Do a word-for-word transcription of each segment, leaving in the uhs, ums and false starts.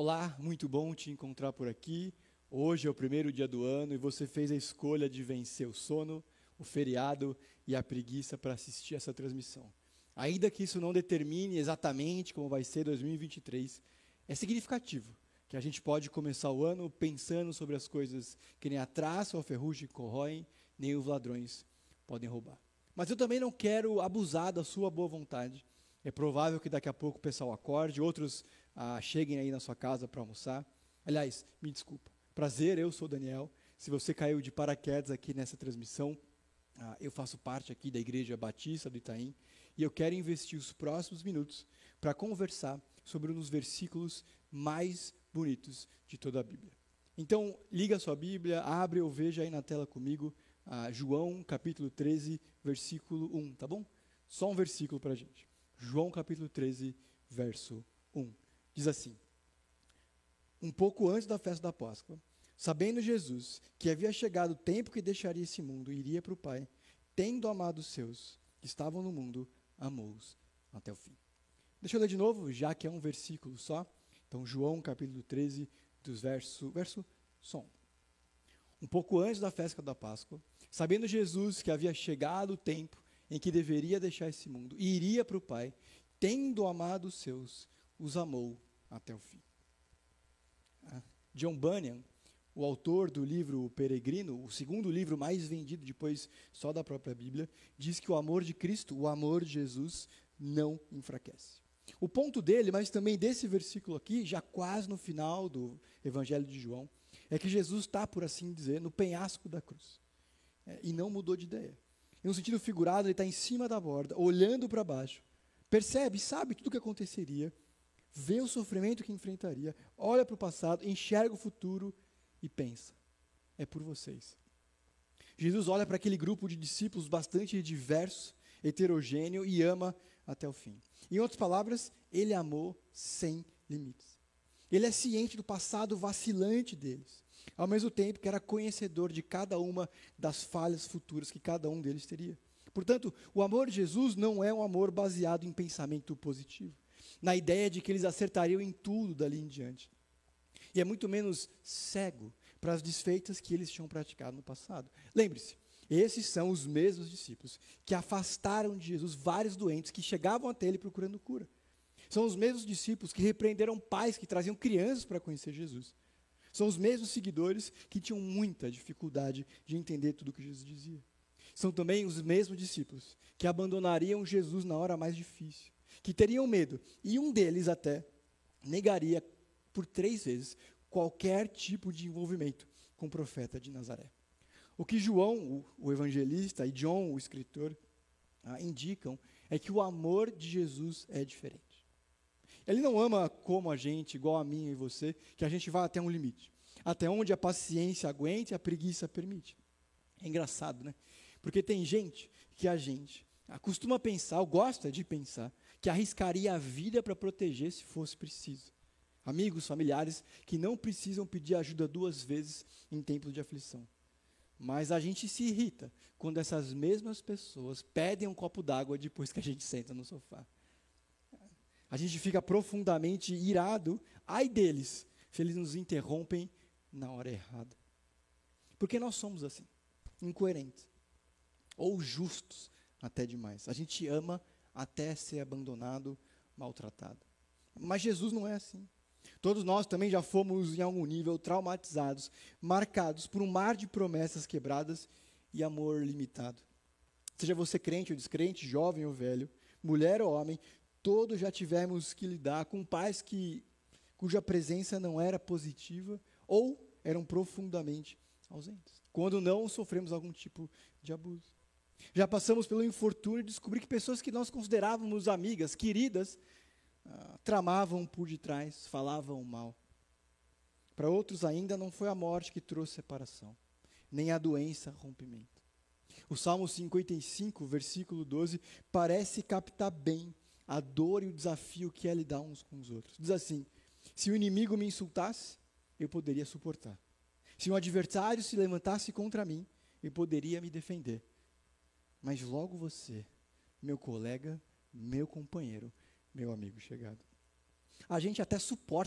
Olá, muito bom te encontrar por aqui. Hoje é o primeiro dia do ano e você fez a escolha de vencer o sono, o feriado e a preguiça para assistir essa transmissão. Ainda que isso não determine exatamente como vai ser dois mil e vinte e três, é significativo que a gente pode começar o ano pensando sobre as coisas que nem a traça ou a ferrugem corroem, nem os ladrões podem roubar. Mas eu também não quero abusar da sua boa vontade. É provável que daqui a pouco o pessoal acorde, outros ah, cheguem aí na sua casa para almoçar. Aliás, me desculpa. Prazer, eu sou o Daniel. Se você caiu de paraquedas aqui nessa transmissão, ah, eu faço parte aqui da Igreja Batista do Itaim e eu quero investir os próximos minutos para conversar sobre um dos versículos mais bonitos de toda a Bíblia. Então, liga a sua Bíblia, abre ou veja aí na tela comigo, ah, João capítulo treze, versículo um, tá bom? Só um versículo para a gente. João capítulo treze, verso um. Diz assim: Um pouco antes da festa da Páscoa, sabendo Jesus que havia chegado o tempo que deixaria esse mundo e iria para o Pai, tendo amado os seus que estavam no mundo, amou-os até o fim. Deixa eu ler de novo, já que é um versículo só. Então, João capítulo treze, dos verso, verso só um. Um pouco antes da festa da Páscoa, sabendo Jesus que havia chegado o tempo em que deveria deixar esse mundo e iria para o Pai, tendo amado os seus, os amou até o fim. Ah, John Bunyan, o autor do livro O Peregrino, o segundo livro mais vendido depois só da própria Bíblia, diz que o amor de Cristo, o amor de Jesus, não enfraquece. O ponto dele, mas também desse versículo aqui, já quase no final do Evangelho de João, é que Jesus está, por assim dizer, no penhasco da cruz. É, e não mudou de ideia. Em um sentido figurado, ele está em cima da borda, olhando para baixo, percebe, sabe tudo o que aconteceria, vê o sofrimento que enfrentaria, olha para o passado, enxerga o futuro e pensa: é por vocês. Jesus olha para aquele grupo de discípulos bastante diverso, heterogêneo e ama até o fim. Em outras palavras, ele amou sem limites. Ele é ciente do passado vacilante deles, ao mesmo tempo que era conhecedor de cada uma das falhas futuras que cada um deles teria. Portanto, o amor de Jesus não é um amor baseado em pensamento positivo, na ideia de que eles acertariam em tudo dali em diante. E é muito menos cego para as desfeitas que eles tinham praticado no passado. Lembre-se, esses são os mesmos discípulos que afastaram de Jesus vários doentes que chegavam até ele procurando cura. São os mesmos discípulos que repreenderam pais que traziam crianças para conhecer Jesus. São os mesmos seguidores que tinham muita dificuldade de entender tudo o que Jesus dizia. São também os mesmos discípulos que abandonariam Jesus na hora mais difícil, que teriam medo, e um deles até negaria por três vezes qualquer tipo de envolvimento com o profeta de Nazaré. O que João, o, o evangelista, e John, o escritor, ah, indicam é que o amor de Jesus é diferente. Ele não ama como a gente, igual a mim e você, que a gente vai até um limite, até onde a paciência aguenta e a preguiça permite. É engraçado, né? Porque tem gente que a gente costuma pensar, ou gosta de pensar, que arriscaria a vida para proteger se fosse preciso. Amigos, familiares que não precisam pedir ajuda duas vezes em tempos de aflição. Mas a gente se irrita quando essas mesmas pessoas pedem um copo d'água depois que a gente senta no sofá. A gente fica profundamente irado, ai deles, se eles nos interrompem na hora errada. Porque nós somos assim, incoerentes, ou justos até demais. A gente ama até ser abandonado, maltratado. Mas Jesus não é assim. Todos nós também já fomos, em algum nível, traumatizados, marcados por um mar de promessas quebradas e amor limitado. Seja você crente ou descrente, jovem ou velho, mulher ou homem, todos já tivemos que lidar com pais que, cuja presença não era positiva ou eram profundamente ausentes. Quando não, sofremos algum tipo de abuso. Já passamos pelo infortúnio de descobrir que pessoas que nós considerávamos amigas, queridas, ah, tramavam por detrás, falavam mal. Para outros ainda não foi a morte que trouxe separação, nem a doença, rompimento. O Salmo cinquenta e cinco, versículo doze, parece captar bem a dor e o desafio que é lidar uns com os outros. Diz assim: se o inimigo me insultasse, eu poderia suportar. Se um adversário se levantasse contra mim, eu poderia me defender. Mas logo você, meu colega, meu companheiro, meu amigo chegado. A gente até suporta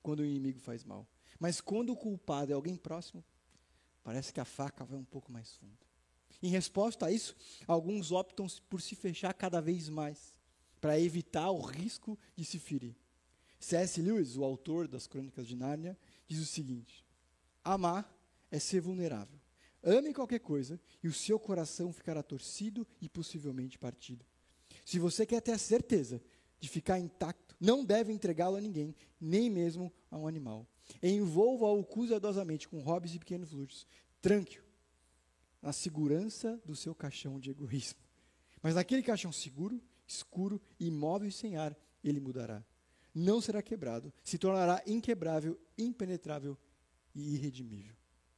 quando o inimigo faz mal. Mas quando o culpado é alguém próximo, parece que a faca vai um pouco mais fundo. Em resposta a isso, alguns optam por se fechar cada vez mais, para evitar o risco de se ferir. C S Lewis, o autor das Crônicas de Nárnia, diz o seguinte: amar é ser vulnerável. Ame qualquer coisa e o seu coração ficará torcido e possivelmente partido. Se você quer ter a certeza de ficar intacto, não deve entregá-lo a ninguém, nem mesmo a um animal. Envolva-o cuidadosamente com hobbies e pequenos luxos. Tranque-o na segurança do seu caixão de egoísmo. Mas naquele caixão seguro, escuro, imóvel e sem ar, ele mudará. Não será quebrado, se tornará inquebrável, impenetrável e irredimível.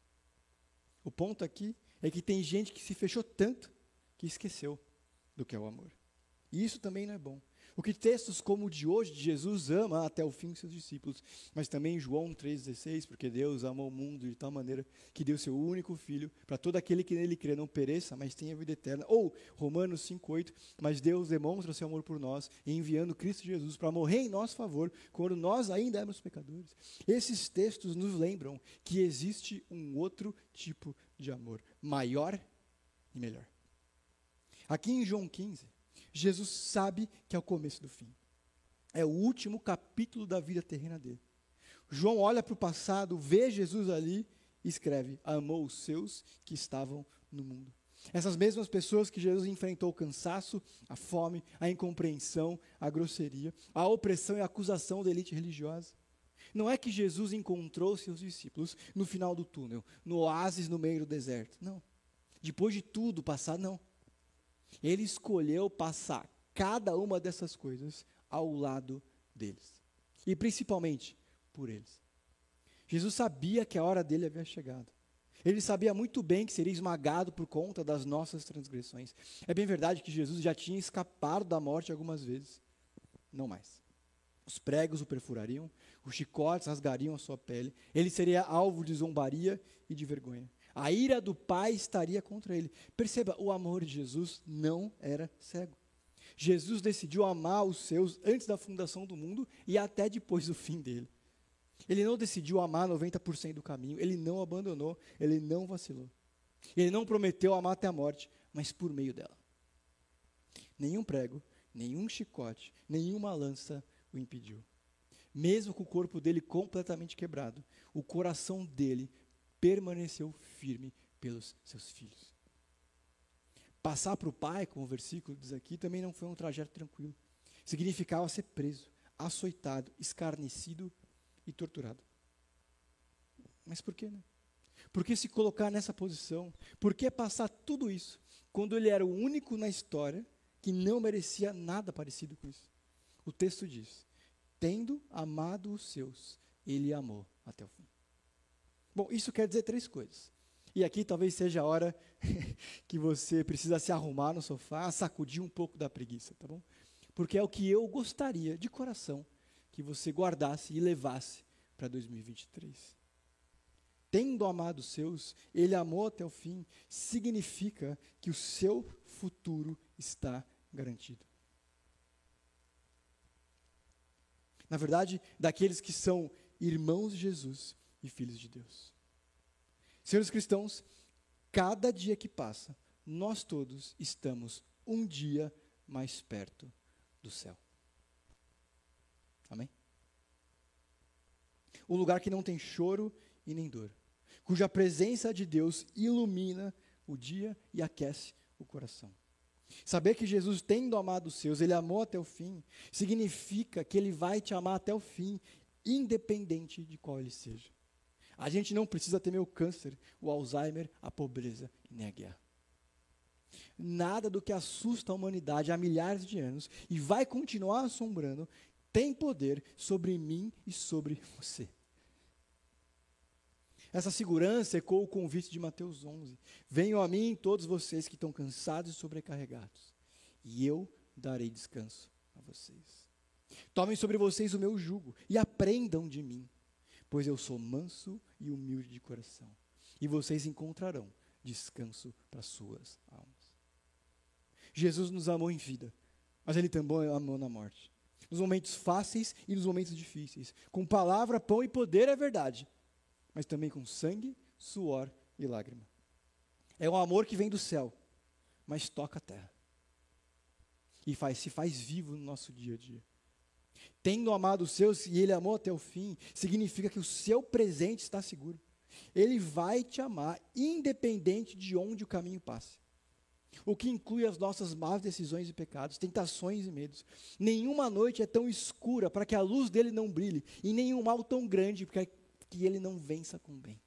O ponto aqui é que tem gente que se fechou tanto que esqueceu do que é o amor. E isso também não é bom. O que textos como o de hoje, de Jesus ama até o fim os seus discípulos, mas também João três dezesseis, porque Deus amou o mundo de tal maneira que deu seu único filho, para todo aquele que nele crê não pereça, mas tenha vida eterna. Ou Romanos cinco oito, mas Deus demonstra seu amor por nós, enviando Cristo Jesus para morrer em nosso favor, quando nós ainda éramos pecadores. Esses textos nos lembram que existe um outro tipo de amor, maior e melhor. Aqui em João quinze, Jesus sabe que é o começo do fim. É o último capítulo da vida terrena dele. João olha para o passado, vê Jesus ali e escreve: amou os seus que estavam no mundo. Essas mesmas pessoas que Jesus enfrentou o cansaço, a fome, a incompreensão, a grosseria, a opressão e a acusação da elite religiosa. Não é que Jesus encontrou seus discípulos no final do túnel, no oásis no meio do deserto. Não. Depois de tudo passar, não. Ele escolheu passar cada uma dessas coisas ao lado deles. E principalmente por eles. Jesus sabia que a hora dele havia chegado. Ele sabia muito bem que seria esmagado por conta das nossas transgressões. É bem verdade que Jesus já tinha escapado da morte algumas vezes. Não mais. Os pregos o perfurariam, os chicotes rasgariam a sua pele, ele seria alvo de zombaria e de vergonha. A ira do Pai estaria contra ele. Perceba, o amor de Jesus não era cego. Jesus decidiu amar os seus antes da fundação do mundo e até depois do fim dele. Ele não decidiu amar noventa por cento do caminho, ele não abandonou, ele não vacilou. Ele não prometeu amar até a morte, mas por meio dela. Nenhum prego, nenhum chicote, nenhuma lança o impediu. Mesmo com o corpo dele completamente quebrado, o coração dele permaneceu firme pelos seus filhos. Passar para o Pai, como o versículo diz aqui, também não foi um trajeto tranquilo. Significava ser preso, açoitado, escarnecido e torturado. Mas por que, né? Por que se colocar nessa posição? Por que passar tudo isso, quando ele era o único na história que não merecia nada parecido com isso? O texto diz: tendo amado os seus, ele amou até o fim. Bom, isso quer dizer três coisas. E aqui talvez seja a hora que você precisa se arrumar no sofá, sacudir um pouco da preguiça, tá bom? Porque é o que eu gostaria, de coração, que você guardasse e levasse para dois mil e vinte e três. Tendo amado os seus, ele amou até o fim, significa que o seu futuro está garantido. Na verdade, daqueles que são irmãos de Jesus e filhos de Deus. Senhores cristãos, cada dia que passa, nós todos estamos um dia mais perto do céu. Amém? Um lugar que não tem choro e nem dor, cuja presença de Deus ilumina o dia e aquece o coração. Saber que Jesus, tendo amado os seus, ele amou até o fim, significa que ele vai te amar até o fim, independente de qual ele seja. A gente não precisa temer o câncer, o Alzheimer, a pobreza e nem a guerra. Nada do que assusta a humanidade há milhares de anos e vai continuar assombrando tem poder sobre mim e sobre você. Essa segurança ecoa o convite de Mateus onze. Venham a mim todos vocês que estão cansados e sobrecarregados, e eu darei descanso a vocês. Tomem sobre vocês o meu jugo e aprendam de mim, pois eu sou manso e humilde de coração, e vocês encontrarão descanso para suas almas. Jesus nos amou em vida, mas ele também amou na morte. Nos momentos fáceis e nos momentos difíceis. Com palavra, pão e poder é verdade, mas também com sangue, suor e lágrima. É um amor que vem do céu, mas toca a terra. E faz, se faz vivo no nosso dia a dia. Tendo amado os seus e ele amou até o fim, significa que o seu presente está seguro. Ele vai te amar, independente de onde o caminho passe. O que inclui as nossas más decisões e pecados, tentações e medos. Nenhuma noite é tão escura para que a luz dele não brilhe, e nenhum mal tão grande para que ele não vença com o bem.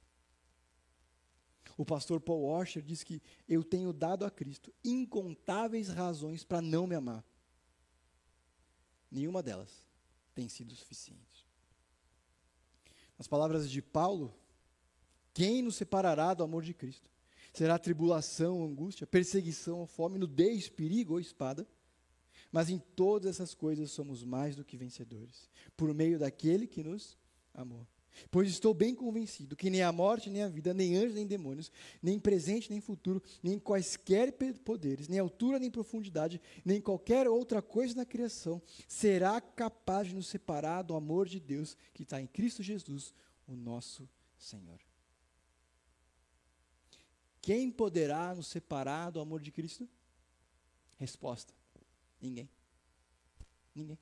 O pastor Paul Washer diz que eu tenho dado a Cristo incontáveis razões para não me amar. Nenhuma delas tem sido suficiente. Nas palavras de Paulo, quem nos separará do amor de Cristo? Será tribulação, angústia, perseguição, fome, nudez, perigo ou espada? Mas em todas essas coisas somos mais do que vencedores, por meio daquele que nos amou. Pois estou bem convencido que nem a morte, nem a vida, nem anjos, nem demônios, nem presente, nem futuro, nem quaisquer poderes, nem altura, nem profundidade, nem qualquer outra coisa na criação será capaz de nos separar do amor de Deus que está em Cristo Jesus, o nosso Senhor. Quem poderá nos separar do amor de Cristo? Resposta: ninguém. Ninguém.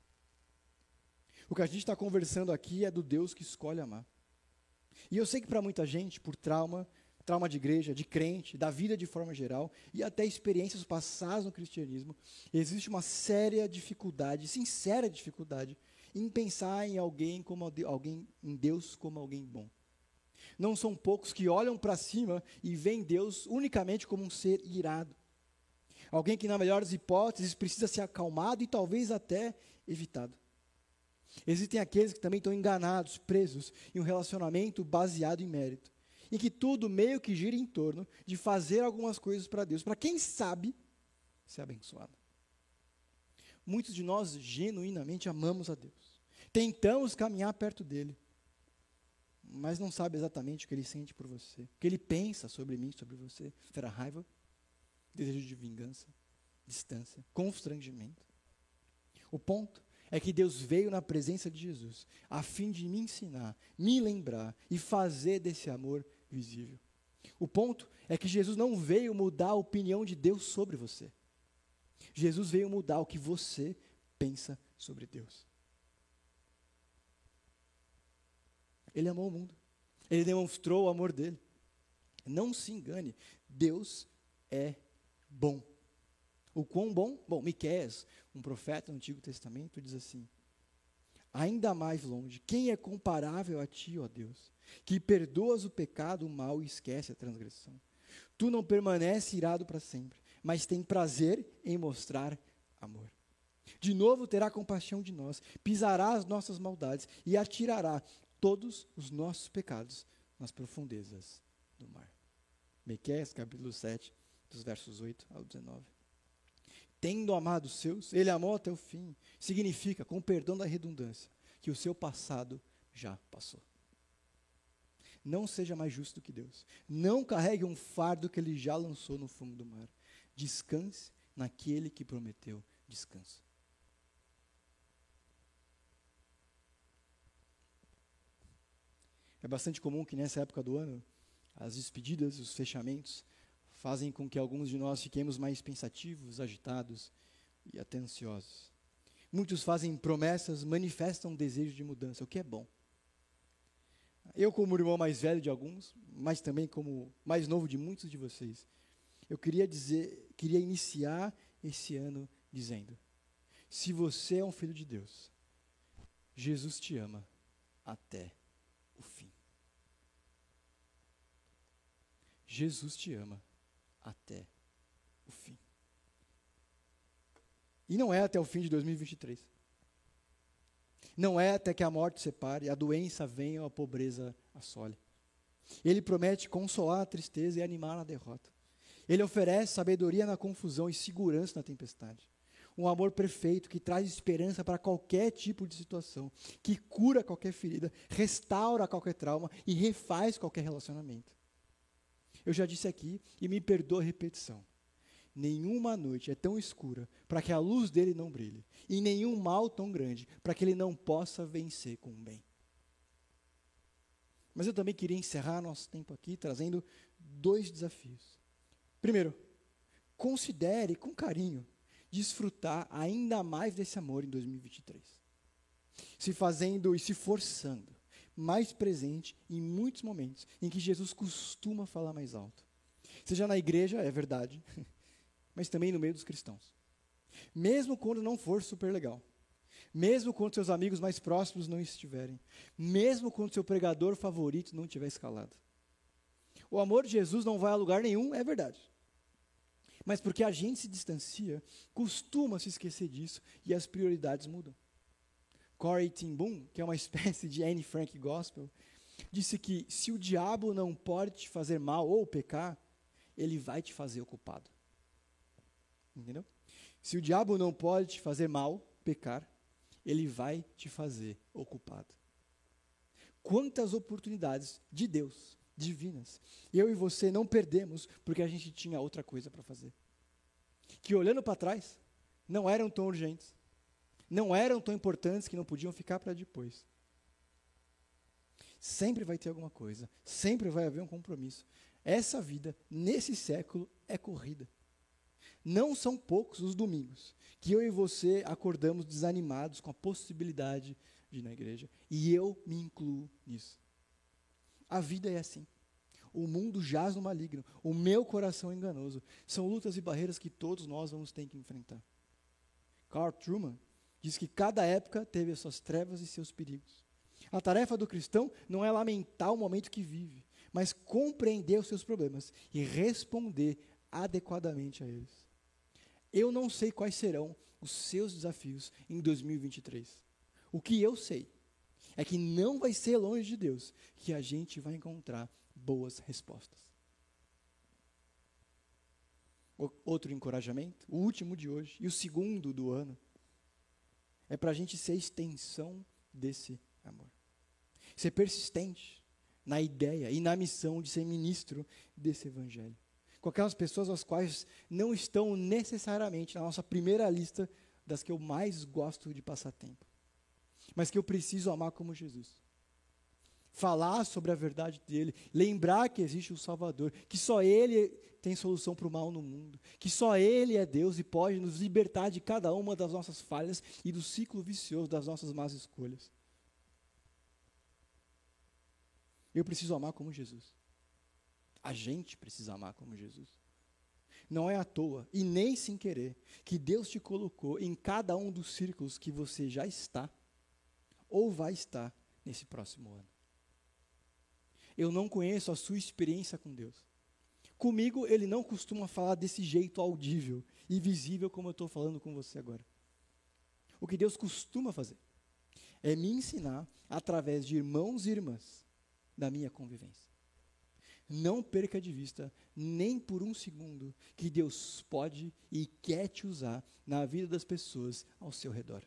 O que a gente está conversando aqui é do Deus que escolhe amar. E eu sei que para muita gente, por trauma, trauma de igreja, de crente, da vida de forma geral, e até experiências passadas no cristianismo, existe uma séria dificuldade, sincera dificuldade, em pensar em alguém como alguém, em Deus como alguém bom. Não são poucos que olham para cima e veem Deus unicamente como um ser irado. Alguém que, na melhor das hipóteses, precisa ser acalmado e talvez até evitado. Existem aqueles que também estão enganados, presos em um relacionamento baseado em mérito, em que tudo meio que gira em torno de fazer algumas coisas para Deus, para quem sabe ser abençoado. Muitos de nós genuinamente amamos a Deus, tentamos caminhar perto dele, mas não sabe exatamente o que ele sente por você, o que ele pensa sobre mim, sobre você. Será raiva, desejo de vingança, distância, constrangimento. O ponto é que Deus veio na presença de Jesus, a fim de me ensinar, me lembrar e fazer desse amor visível. O ponto é que Jesus não veio mudar a opinião de Deus sobre você. Jesus veio mudar o que você pensa sobre Deus. Ele amou o mundo. Ele demonstrou o amor dele. Não se engane, Deus é bom. O quão bom? Bom, Miqueias, um profeta do Antigo Testamento, diz assim: ainda mais longe, quem é comparável a ti, ó Deus, que perdoas o pecado, o mal e esquece a transgressão? Tu não permanece irado para sempre, mas tem prazer em mostrar amor. De novo terá compaixão de nós, pisará as nossas maldades e atirará todos os nossos pecados nas profundezas do mar. Miqueias, capítulo sete, dos versos oito ao dezenove. Tendo amado os seus, ele amou até o fim. Significa, com perdão da redundância, que o seu passado já passou. Não seja mais justo que Deus. Não carregue um fardo que ele já lançou no fundo do mar. Descanse naquele que prometeu descanso. É bastante comum que nessa época do ano, as despedidas, os fechamentos, fazem com que alguns de nós fiquemos mais pensativos, agitados e até ansiosos. Muitos fazem promessas, manifestam desejo de mudança, o que é bom. Eu, como irmão mais velho de alguns, mas também como mais novo de muitos de vocês, eu queria dizer, queria iniciar esse ano dizendo: se você é um filho de Deus, Jesus te ama até o fim. Jesus te ama até o fim. E não é até o fim de dois mil e vinte e três. Não é até que a morte separe, a doença venha ou a pobreza assole. Ele promete consolar a tristeza e animar na derrota. Ele oferece sabedoria na confusão e segurança na tempestade. Um amor perfeito que traz esperança para qualquer tipo de situação, que cura qualquer ferida, restaura qualquer trauma e refaz qualquer relacionamento. Eu já disse aqui, e me perdoa a repetição, nenhuma noite é tão escura para que a luz dele não brilhe, e nenhum mal tão grande para que ele não possa vencer com o bem. Mas eu também queria encerrar nosso tempo aqui trazendo dois desafios. Primeiro, considere com carinho desfrutar ainda mais desse amor em dois mil e vinte e três. Se fazendo e se forçando mais presente em muitos momentos em que Jesus costuma falar mais alto. Seja na igreja, é verdade, mas também no meio dos cristãos. Mesmo quando não for super legal. Mesmo quando seus amigos mais próximos não estiverem. Mesmo quando seu pregador favorito não tiver escalado. O amor de Jesus não vai a lugar nenhum, é verdade. Mas porque a gente se distancia, costuma se esquecer disso e as prioridades mudam. Corrie ten Boom, que é uma espécie de Anne Frank gospel, disse que se o diabo não pode te fazer mal ou pecar, ele vai te fazer ocupado. Entendeu? Se o diabo não pode te fazer mal, pecar, ele vai te fazer ocupado. Quantas oportunidades de Deus, divinas, eu e você não perdemos porque a gente tinha outra coisa para fazer. Que olhando para trás, não eram tão urgentes, não eram tão importantes que não podiam ficar para depois. Sempre vai ter alguma coisa, sempre vai haver um compromisso. Essa vida, nesse século, é corrida. Não são poucos os domingos que eu e você acordamos desanimados com a possibilidade de ir na igreja. E eu me incluo nisso. A vida é assim. O mundo jaz no maligno. O meu coração é enganoso. São lutas e barreiras que todos nós vamos ter que enfrentar. Carl Truman diz que cada época teve as suas trevas e seus perigos. A tarefa do cristão não é lamentar o momento que vive, mas compreender os seus problemas e responder adequadamente a eles. Eu não sei quais serão os seus desafios em dois mil e vinte e três. O que eu sei é que não vai ser longe de Deus que a gente vai encontrar boas respostas. O, outro encorajamento, o último de hoje e o segundo do ano, é para a gente ser extensão desse amor. Ser persistente na ideia e na missão de ser ministro desse evangelho. Com aquelas pessoas as quais não estão necessariamente na nossa primeira lista das que eu mais gosto de passar tempo. Mas que eu preciso amar como Jesus. Falar sobre a verdade dele, lembrar que existe um Salvador, que só ele tem solução para o mal no mundo, que só ele é Deus e pode nos libertar de cada uma das nossas falhas e do ciclo vicioso das nossas más escolhas. Eu preciso amar como Jesus. A gente precisa amar como Jesus. Não é à toa, e nem sem querer, que Deus te colocou em cada um dos círculos que você já está, ou vai estar nesse próximo ano. Eu não conheço a sua experiência com Deus. Comigo, ele não costuma falar desse jeito audível e visível como eu estou falando com você agora. O que Deus costuma fazer é me ensinar através de irmãos e irmãs da minha convivência. Não perca de vista, nem por um segundo, que Deus pode e quer te usar na vida das pessoas ao seu redor.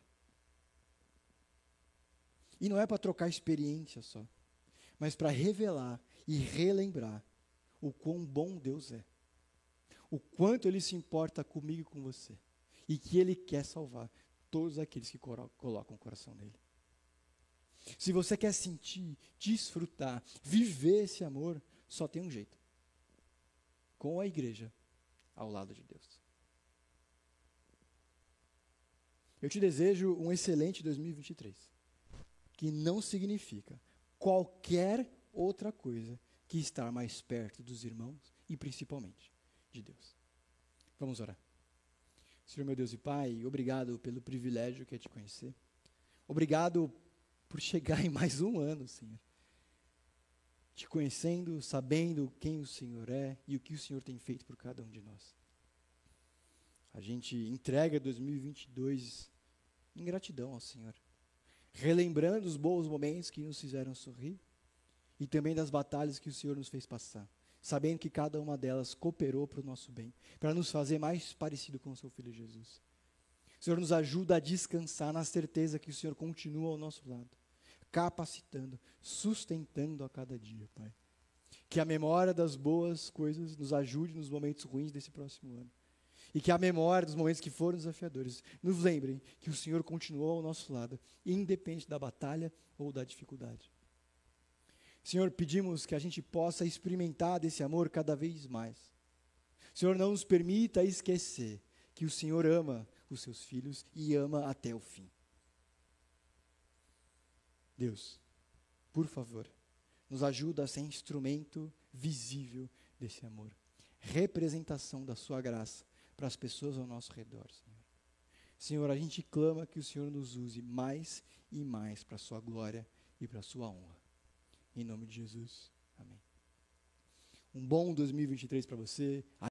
E não é para trocar experiência só, mas para revelar e relembrar o quão bom Deus é. O quanto Ele se importa comigo e com você. E que Ele quer salvar todos aqueles que colocam o coração nele. Se você quer sentir, desfrutar, viver esse amor, só tem um jeito. Com a igreja ao lado de Deus. Eu te desejo um excelente dois mil e vinte e três. Que não significa qualquer outra coisa que estar mais perto dos irmãos e principalmente de Deus. Vamos orar. Senhor meu Deus e Pai, obrigado pelo privilégio que é te conhecer. Obrigado por chegar em mais um ano, Senhor. Te conhecendo, sabendo quem o Senhor é e o que o Senhor tem feito por cada um de nós. A gente entrega dois mil e vinte e dois em gratidão ao Senhor. Relembrando os bons momentos que nos fizeram sorrir e também das batalhas que o Senhor nos fez passar, sabendo que cada uma delas cooperou para o nosso bem, para nos fazer mais parecido com o seu Filho Jesus. O Senhor nos ajuda a descansar na certeza que o Senhor continua ao nosso lado, capacitando, sustentando a cada dia, Pai. Que a memória das boas coisas nos ajude nos momentos ruins desse próximo ano. E que a memória dos momentos que foram desafiadores nos lembrem que o Senhor continuou ao nosso lado, independente da batalha ou da dificuldade. Senhor, pedimos que a gente possa experimentar desse amor cada vez mais. Senhor, não nos permita esquecer que o Senhor ama os seus filhos e ama até o fim. Deus, por favor, nos ajuda a ser instrumento visível desse amor, representação da sua graça para as pessoas ao nosso redor, Senhor. Senhor, a gente clama que o Senhor nos use mais e mais para a sua glória e para a sua honra. Em nome de Jesus, amém. Um bom dois mil e vinte e três para você.